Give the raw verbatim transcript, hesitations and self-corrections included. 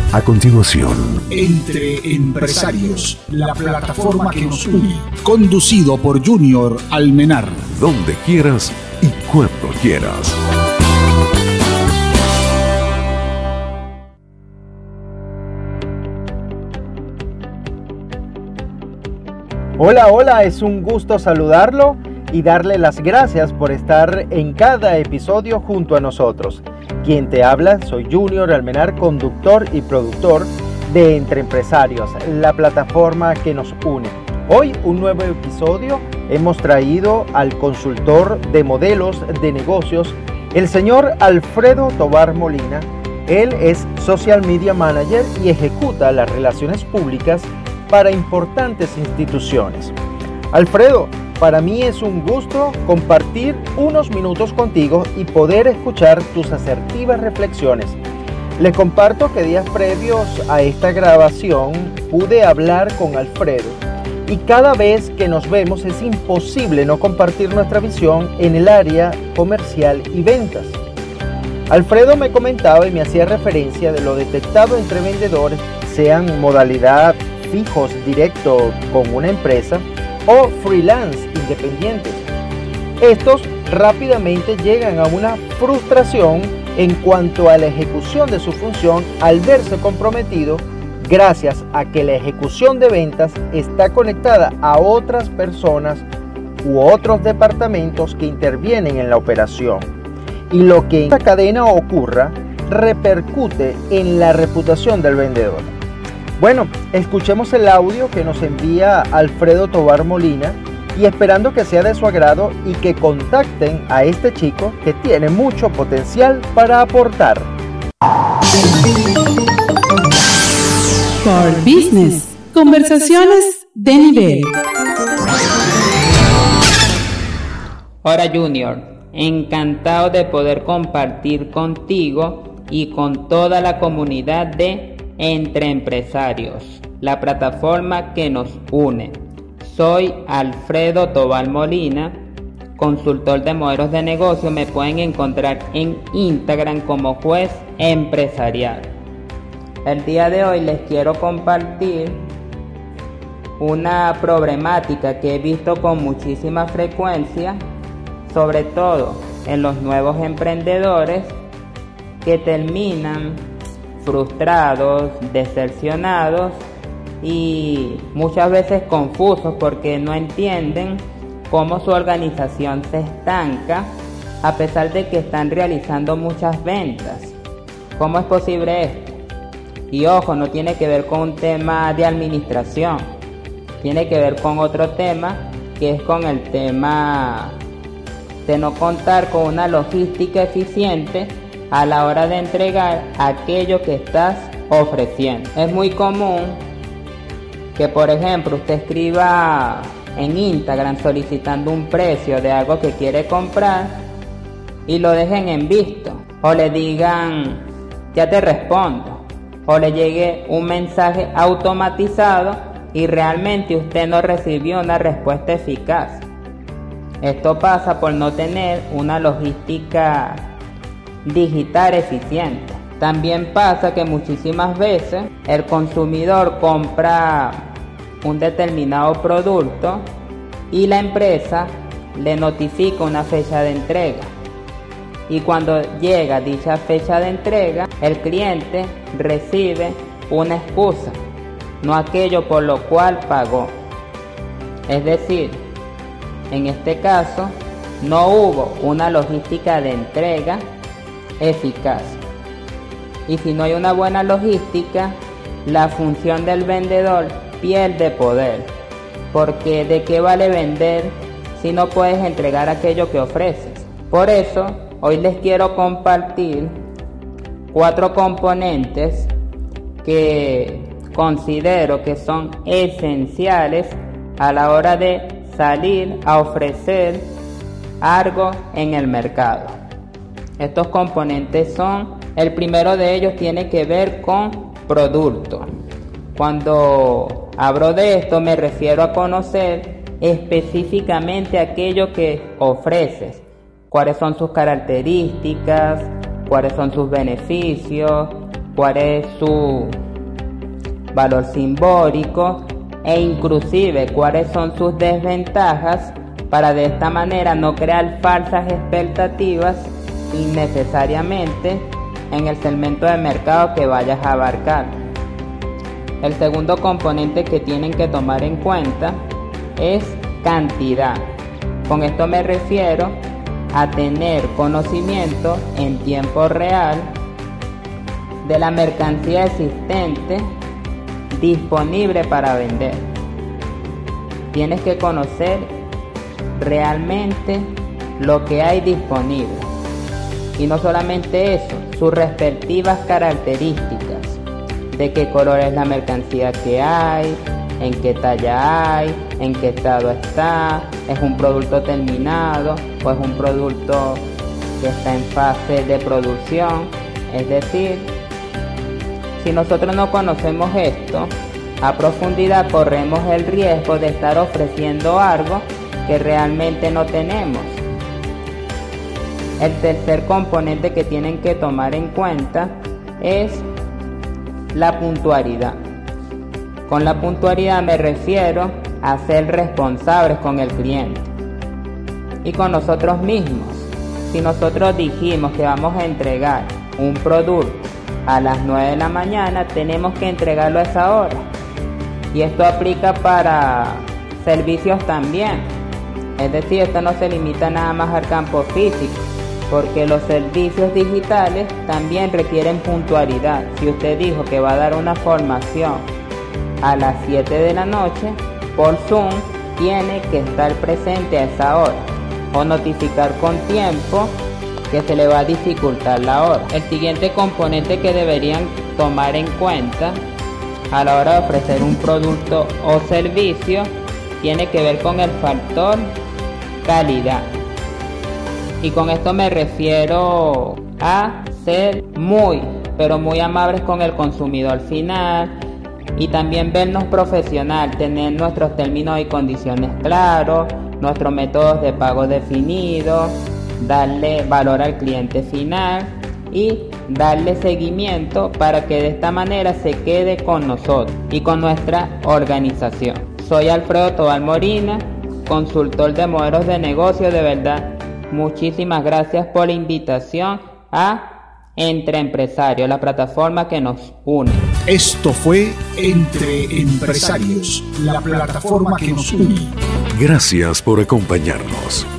A continuación, Entre Empresarios, la plataforma que nos une, conducido por Junior Almenar. donde quieras y cuando quieras. Hola, hola, es un gusto saludarlo y darle las gracias por estar en cada episodio junto a nosotros. Quien te habla, soy Junior Almenar, conductor y productor de Entre Empresarios, la plataforma que nos une. Hoy, un nuevo episodio, hemos traído al consultor de modelos de negocios, el señor Alfredo Tovar Molina. Él es Social Media Manager y ejecuta las relaciones públicas para importantes instituciones. Alfredo, para mí es un gusto compartir unos minutos contigo y poder escuchar tus asertivas reflexiones. Les comparto que días previos a esta grabación pude hablar con Alfredo y cada vez que nos vemos es imposible no compartir nuestra visión en el área comercial y ventas. Alfredo me comentaba y me hacía referencia de lo detectado entre vendedores, sean modalidad fijos directo con una empresa o freelance independientes. Estos rápidamente llegan a una frustración en cuanto a la ejecución de su función al verse comprometido gracias a que la ejecución de ventas está conectada a otras personas u otros departamentos que intervienen en la operación. Y lo que en esta cadena ocurra repercute en la reputación del vendedor. Bueno, escuchemos el audio que nos envía Alfredo Tovar Molina y esperando que sea de su agrado y que contacten a este chico que tiene mucho potencial para aportar. For Business. Conversaciones de nivel. Hola Junior, encantado de poder compartir contigo y con toda la comunidad de Entre Empresarios, la plataforma que nos une. Soy Alfredo Tovar Molina, consultor de modelos de negocio. Me pueden encontrar en Instagram como Juez Empresarial. El día de hoy les quiero compartir una problemática que he visto con muchísima frecuencia, sobre todo en los nuevos emprendedores que terminan frustrados, decepcionados y muchas veces confusos porque no entienden cómo su organización se estanca a pesar de que están realizando muchas ventas. ¿Cómo es posible esto? Y ojo, no tiene que ver con un tema de administración, tiene que ver con otro tema, que es con el tema de no contar con una logística eficiente a la hora de entregar aquello que estás ofreciendo. Es muy común que, por ejemplo, usted escriba en Instagram solicitando un precio de algo que quiere comprar y lo dejen en visto, o le digan ya te respondo, o le llegue un mensaje automatizado y realmente usted no recibió una respuesta eficaz. Esto pasa por no tener una logística digital eficiente. También pasa que muchísimas veces el consumidor compra un determinado producto y la empresa le notifica una fecha de entrega, y cuando llega dicha fecha de entrega el cliente recibe una excusa, no aquello por lo cual pagó. Es decir, en este caso no hubo una logística de entrega eficaz. Y si no hay una buena logística, la función del vendedor pierde poder, porque ¿de qué vale vender si no puedes entregar aquello que ofreces? Por eso, hoy les quiero compartir cuatro componentes que considero que son esenciales a la hora de salir a ofrecer algo en el mercado. Estos componentes son, el primero de ellos tiene que ver con producto. Cuando hablo de esto me refiero a conocer específicamente aquello que ofreces, cuáles son sus características, cuáles son sus beneficios, cuál es su valor simbólico e inclusive cuáles son sus desventajas, para de esta manera no crear falsas expectativas innecesariamente en el segmento de mercado que vayas a abarcar. El segundo componente que tienen que tomar en cuenta es cantidad. Con esto me refiero a tener conocimiento en tiempo real de la mercancía existente disponible para vender. Tienes que conocer realmente lo que hay disponible. Y no solamente eso, sus respectivas características, de qué color es la mercancía que hay, en qué talla hay, en qué estado está, es un producto terminado o es un producto que está en fase de producción. Es decir, si nosotros no conocemos esto a profundidad, corremos el riesgo de estar ofreciendo algo que realmente no tenemos. El tercer componente que tienen que tomar en cuenta es la puntualidad. Con la puntualidad me refiero a ser responsables con el cliente y con nosotros mismos. Si nosotros dijimos que vamos a entregar un producto a las nueve de la mañana, tenemos que entregarlo a esa hora. Y esto aplica para servicios también. Es decir, esto no se limita nada más al campo físico, porque los servicios digitales también requieren puntualidad. Si usted dijo que va a dar una formación a las siete de la noche por Zoom, tiene que estar presente a esa hora o notificar con tiempo que se le va a dificultar la hora. El siguiente componente que deberían tomar en cuenta a la hora de ofrecer un producto o servicio tiene que ver con el factor calidad. Y con esto me refiero a ser muy, pero muy amables con el consumidor final y también vernos profesional, tener nuestros términos y condiciones claros, nuestros métodos de pago definidos, darle valor al cliente final y darle seguimiento para que de esta manera se quede con nosotros y con nuestra organización. Soy Alfredo Tobal Molina, consultor de modelos de negocio. De verdad, muchísimas gracias por la invitación a Entre Empresarios, la plataforma que nos une. Esto fue Entre Empresarios, la plataforma que nos une. Gracias por acompañarnos.